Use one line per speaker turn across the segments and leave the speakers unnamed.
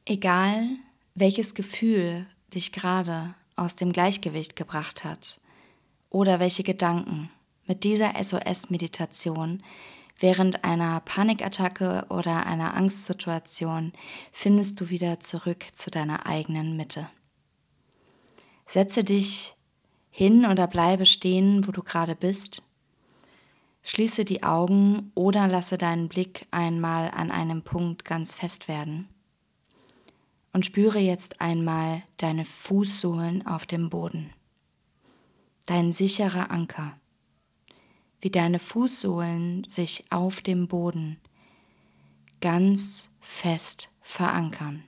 Egal, welches Gefühl dich gerade aus dem Gleichgewicht gebracht hat oder welche Gedanken mit dieser SOS-Meditation während einer Panikattacke oder einer Angstsituation findest du wieder zurück zu deiner eigenen Mitte. Setze dich hin oder bleibe stehen, wo du gerade bist. Schließe die Augen oder lasse deinen Blick einmal an einem Punkt ganz fest werden. Und spüre jetzt einmal deine Fußsohlen auf dem Boden. Dein sicherer Anker. Wie deine Fußsohlen sich auf dem Boden ganz fest verankern.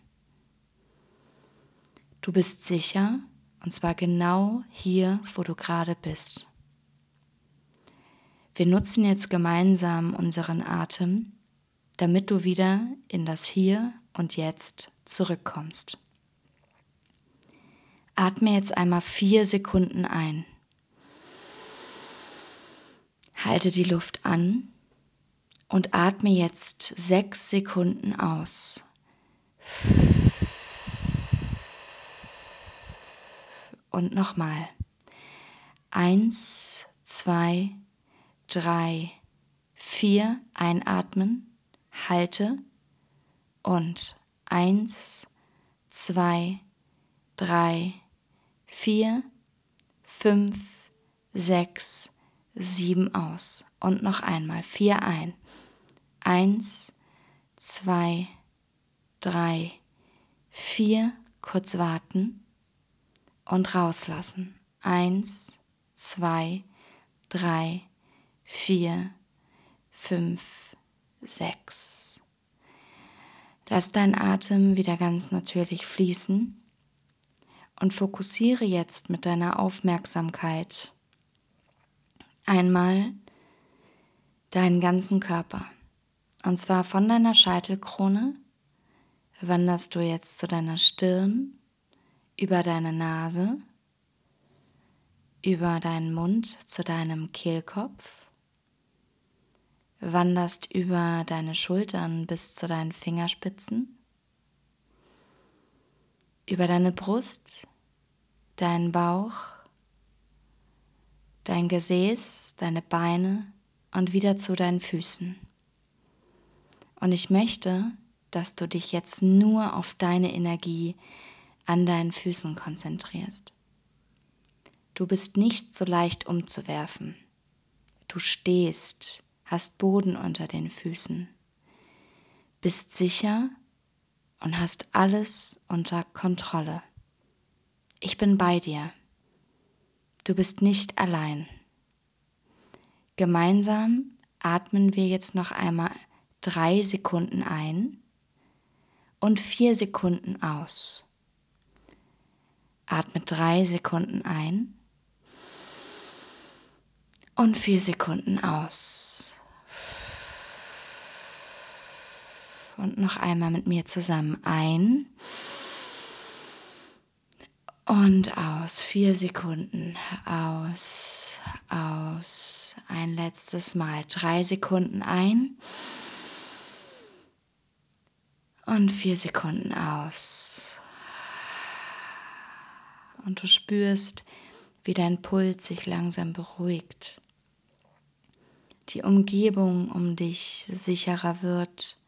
Du bist sicher, und zwar genau hier, wo du gerade bist. Wir nutzen jetzt gemeinsam unseren Atem, damit du wieder in das Hier und Jetzt zurückkommst. Atme jetzt einmal 4 Sekunden ein. Halte die Luft an und atme jetzt 6 Sekunden aus. Und nochmal. 1, 2, 3, 4. Einatmen, halte und 1, 2, 3, 4, 5, 6, 7 aus. Und noch einmal 4 ein. 1, 2, 3, 4. Kurz warten und rauslassen. 1, 2, 3, 4, 5, 6. Lass deinen Atem wieder ganz natürlich fließen und fokussiere jetzt mit deiner Aufmerksamkeit einmal deinen ganzen Körper. Und zwar von deiner Scheitelkrone wanderst du jetzt zu deiner Stirn, über deine Nase, über deinen Mund zu deinem Kehlkopf, wanderst über deine Schultern bis zu deinen Fingerspitzen, über deine Brust, deinen Bauch, dein Gesäß, deine Beine und wieder zu deinen Füßen. Und ich möchte, dass du dich jetzt nur auf deine Energie an deinen Füßen konzentrierst. Du bist nicht so leicht umzuwerfen. Du stehst, hast Boden unter den Füßen, bist sicher und hast alles unter Kontrolle. Ich bin bei dir. Du bist nicht allein. Gemeinsam atmen wir jetzt noch einmal 3 Sekunden ein und 4 Sekunden aus. Atme 3 Sekunden ein und 4 Sekunden aus. Und noch einmal mit mir zusammen ein und aus. 4 Sekunden aus, aus. Ein letztes Mal. 3 Sekunden ein und 4 Sekunden aus. Und du spürst, wie dein Puls sich langsam beruhigt. Die Umgebung um dich sicherer wird.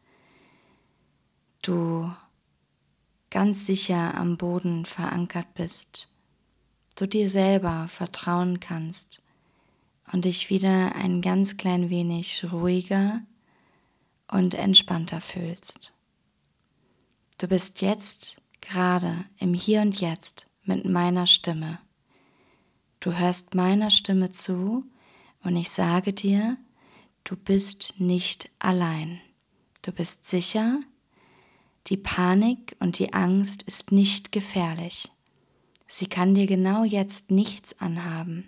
Du ganz sicher am Boden verankert bist. Du dir selber vertrauen kannst und dich wieder ein ganz klein wenig ruhiger und entspannter fühlst. Du bist jetzt gerade im Hier und Jetzt mit meiner Stimme. Du hörst meiner Stimme zu und ich sage dir, du bist nicht allein. Du bist sicher, die Panik und die Angst ist nicht gefährlich. Sie kann dir genau jetzt nichts anhaben.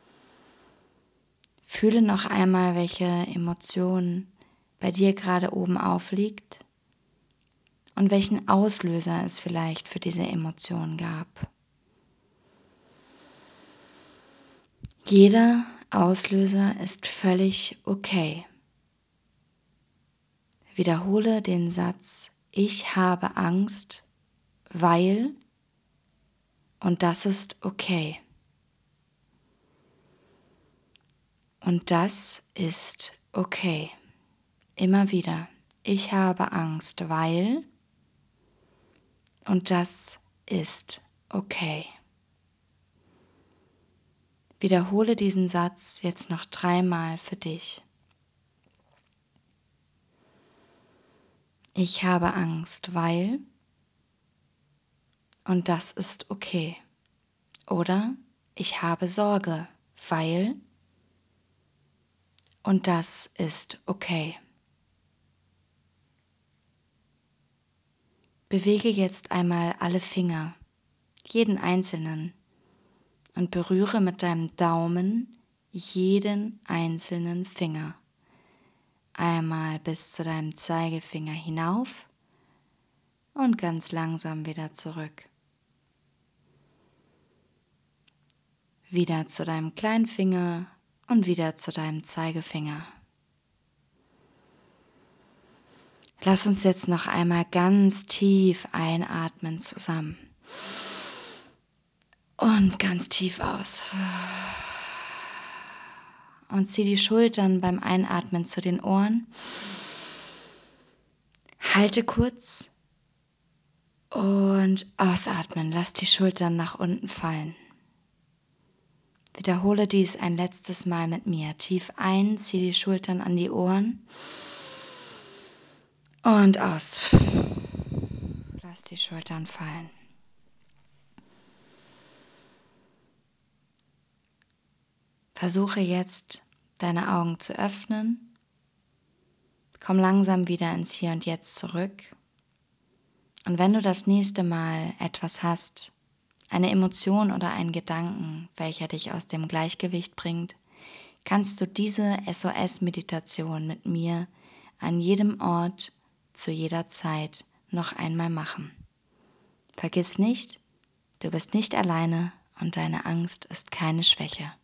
Fühle noch einmal, welche Emotion bei dir gerade oben aufliegt und welchen Auslöser es vielleicht für diese Emotion gab. Jeder Auslöser ist völlig okay. Wiederhole den Satz: Ich habe Angst weil, und das ist okay. Und das ist okay. Immer wieder. Ich habe Angst, weil, und das ist okay. Wiederhole diesen Satz jetzt noch 3-mal für dich. Ich habe Angst, weil, und das ist okay. Oder ich habe Sorge, weil, und das ist okay. Bewege jetzt einmal alle Finger, jeden einzelnen, und berühre mit deinem Daumen jeden einzelnen Finger. Einmal bis zu deinem Zeigefinger hinauf und ganz langsam wieder zurück. Wieder zu deinem kleinen Finger und wieder zu deinem Zeigefinger. Lass uns jetzt noch einmal ganz tief einatmen zusammen. Und ganz tief aus. Und zieh die Schultern beim Einatmen zu den Ohren. Halte kurz und ausatmen. Lass die Schultern nach unten fallen. Wiederhole dies ein letztes Mal mit mir. Tief ein, zieh die Schultern an die Ohren. Und aus. Lass die Schultern fallen. Versuche jetzt, deine Augen zu öffnen. Komm langsam wieder ins Hier und Jetzt zurück. Und wenn du das nächste Mal etwas hast, eine Emotion oder einen Gedanken, welcher dich aus dem Gleichgewicht bringt, kannst du diese SOS-Meditation mit mir an jedem Ort, zu jeder Zeit noch einmal machen. Vergiss nicht, du bist nicht alleine und deine Angst ist keine Schwäche.